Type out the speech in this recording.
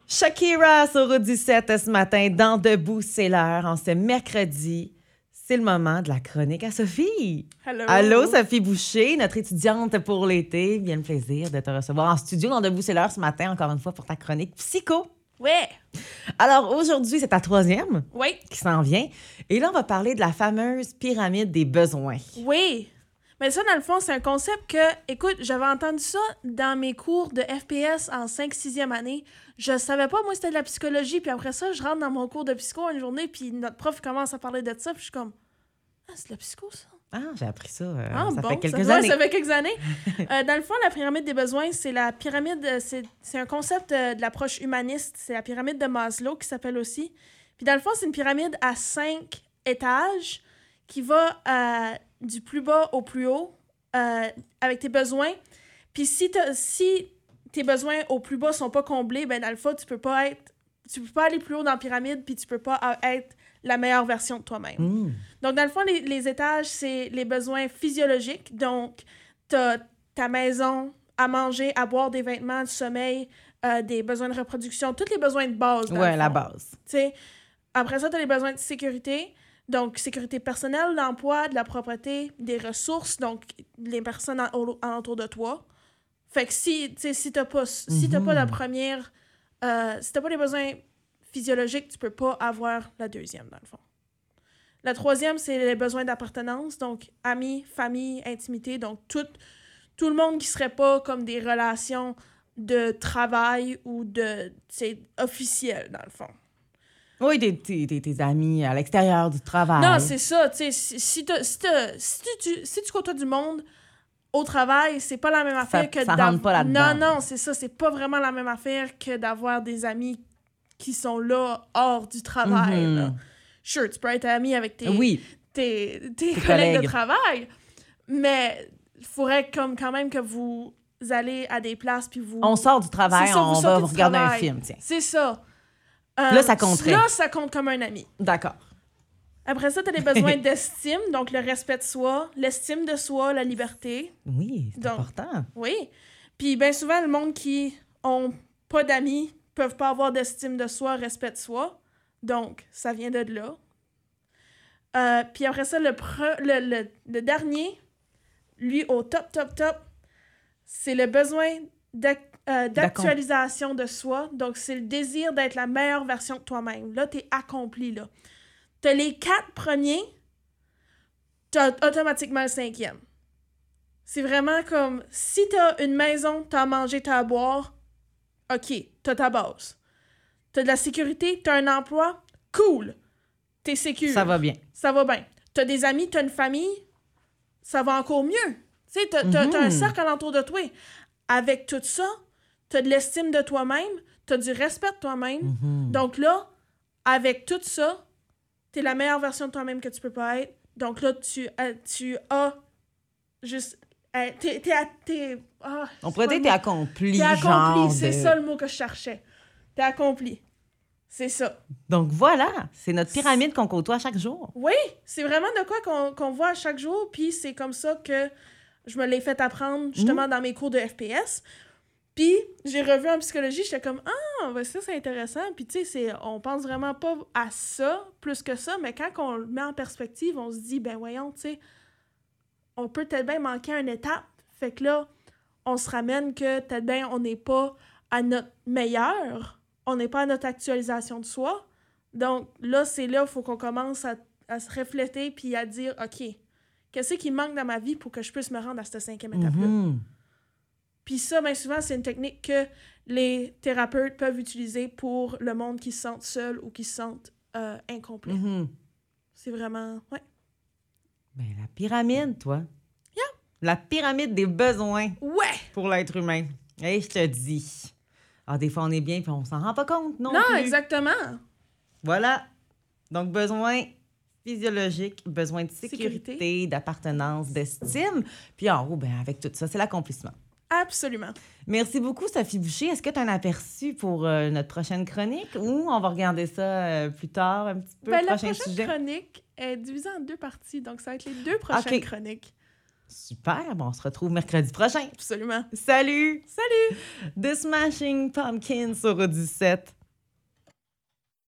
Shakira sur Route 17 ce matin dans Debout, c'est l'heure. En ce mercredi, c'est le moment de la chronique à Sophie. Hello. Allô, Sophie Boucher, notre étudiante pour l'été. Bien le plaisir de te recevoir en studio dans Debout, c'est l'heure ce matin, encore une fois, pour ta chronique psycho. Ouais. Alors, aujourd'hui, c'est ta troisième Oui. qui s'en vient. Et là, on va parler de la fameuse pyramide des besoins. Oui. Mais ça, dans le fond, c'est un concept que, écoute, j'avais entendu ça dans mes cours de FPS en 5-6e année. Je savais pas, moi, c'était de la psychologie. Puis après ça, je rentre dans mon cours de psycho une journée, puis notre prof commence à parler de ça. Puis je suis comme, ah, c'est de la psycho, ça? Ah, j'ai appris ça. Ça fait quelques ça, années. Ça fait quelques années. Dans le fond, la pyramide des besoins, c'est la pyramide, c'est un concept de l'approche humaniste. C'est la pyramide de Maslow qui s'appelle aussi. Puis dans le fond, c'est une pyramide à 5 étages qui va du plus bas au plus haut avec tes besoins. Puis si tes besoins au plus bas sont pas comblés, ben dans le fond, tu peux pas aller plus haut dans la pyramide, puis tu peux pas être la meilleure version de toi-même. Donc, dans le fond, les étages, c'est les besoins physiologiques. Donc, t'as ta maison, à manger, à boire, des vêtements, du sommeil, des besoins de reproduction, tous les besoins de base. Ouais, la base. T'sais, après ça, t'as les besoins de sécurité. Donc, sécurité personnelle, l'emploi, de la propreté, des ressources, donc les personnes alentour de toi. Fait que si t'as pas la première... si t'as pas les besoins physiologiques, tu peux pas avoir la deuxième, dans le fond. La troisième, c'est les besoins d'appartenance, donc amis, famille, intimité, donc tout le monde qui serait pas comme des relations de travail ou officielles, dans le fond. Oui, tes amis à l'extérieur du travail. Non, c'est ça, tu sais, si tu côtoies du monde au travail, c'est pas la même affaire que ça rentre pas là-dedans. Non, c'est ça, c'est pas vraiment la même affaire que d'avoir des amis qui sont là hors du travail. Là. Sure, tu peux être ami avec tes collègues de travail, mais il faudrait quand même que vous allez à des places puis vous... On sort du travail, on va regarder un film, tiens. C'est ça. Là, ça compterait. Là, ça compte comme un ami. D'accord. Après ça, tu as les besoins d'estime, donc le respect de soi, l'estime de soi, la liberté. Oui, c'est important. Oui. Puis bien souvent, le monde qui ont pas d'amis peuvent pas avoir d'estime de soi, respect de soi. Donc, ça vient de là. Puis après ça, le dernier, lui, au top, c'est le besoin d'actualisation de soi. Donc, c'est le désir d'être la meilleure version de toi-même. Là, t'es accompli, là. T'as les 4 premiers, t'as automatiquement le 5e. C'est vraiment comme, si t'as une maison, t'as à manger, t'as à boire, OK, t'as ta base. T'as de la sécurité, t'as un emploi, cool. T'es sécure. Ça va bien. Ça va bien. T'as des amis, t'as une famille, ça va encore mieux. Tu sais, t'as un cercle alentour de toi. Avec tout ça, t'as de l'estime de toi-même, t'as du respect de toi-même. Donc là, avec tout ça, t'es la meilleure version de toi-même que tu peux pas être. Donc là, tu as juste... on pourrait dire que t'es accompli. T'es accompli, c'est ça le mot que je cherchais. T'es accompli. C'est ça. Donc voilà, c'est notre pyramide qu'on côtoie chaque jour. Oui, c'est vraiment de quoi qu'on voit à chaque jour, puis c'est comme ça que je me l'ai fait apprendre justement dans mes cours de FPS. Puis j'ai revu en psychologie, j'étais comme « Ah, ben ça c'est intéressant. » Puis tu sais, on pense vraiment pas à ça plus que ça, mais quand on le met en perspective, on se dit « Ben voyons, tu sais, on peut peut-être bien manquer une étape. » Fait que là, on se ramène que peut-être bien on n'est pas à notre meilleur, on n'est pas à notre actualisation de soi. Donc là, c'est là qu'il faut qu'on commence à se refléter puis à dire « OK, qu'est-ce qui manque dans ma vie pour que je puisse me rendre à cette 5e étape-là? » Puis ça, bien souvent, c'est une technique que les thérapeutes peuvent utiliser pour le monde qui se sent seul ou qui se sent incomplet. C'est vraiment... Ouais. Ben, la pyramide, toi. Yeah. La pyramide des besoins. Ouais! Pour l'être humain. Et je te dis. Des fois, on est bien puis on s'en rend pas compte, non? Non, plus. Exactement. Voilà. Donc, besoins physiologiques, besoin de sécurité, d'appartenance, d'estime. Puis en haut, avec tout ça, c'est l'accomplissement. Absolument. Merci beaucoup, Sophie Boucher. Est-ce que tu as un aperçu pour notre prochaine chronique ou on va regarder ça plus tard, un petit peu, La prochain prochaine sujet? chronique est divisée en 2 parties, donc ça va être les 2 prochaines chroniques. Super, bon, on se retrouve mercredi prochain. Absolument. Salut! Salut! The Smashing Pumpkins sur 17.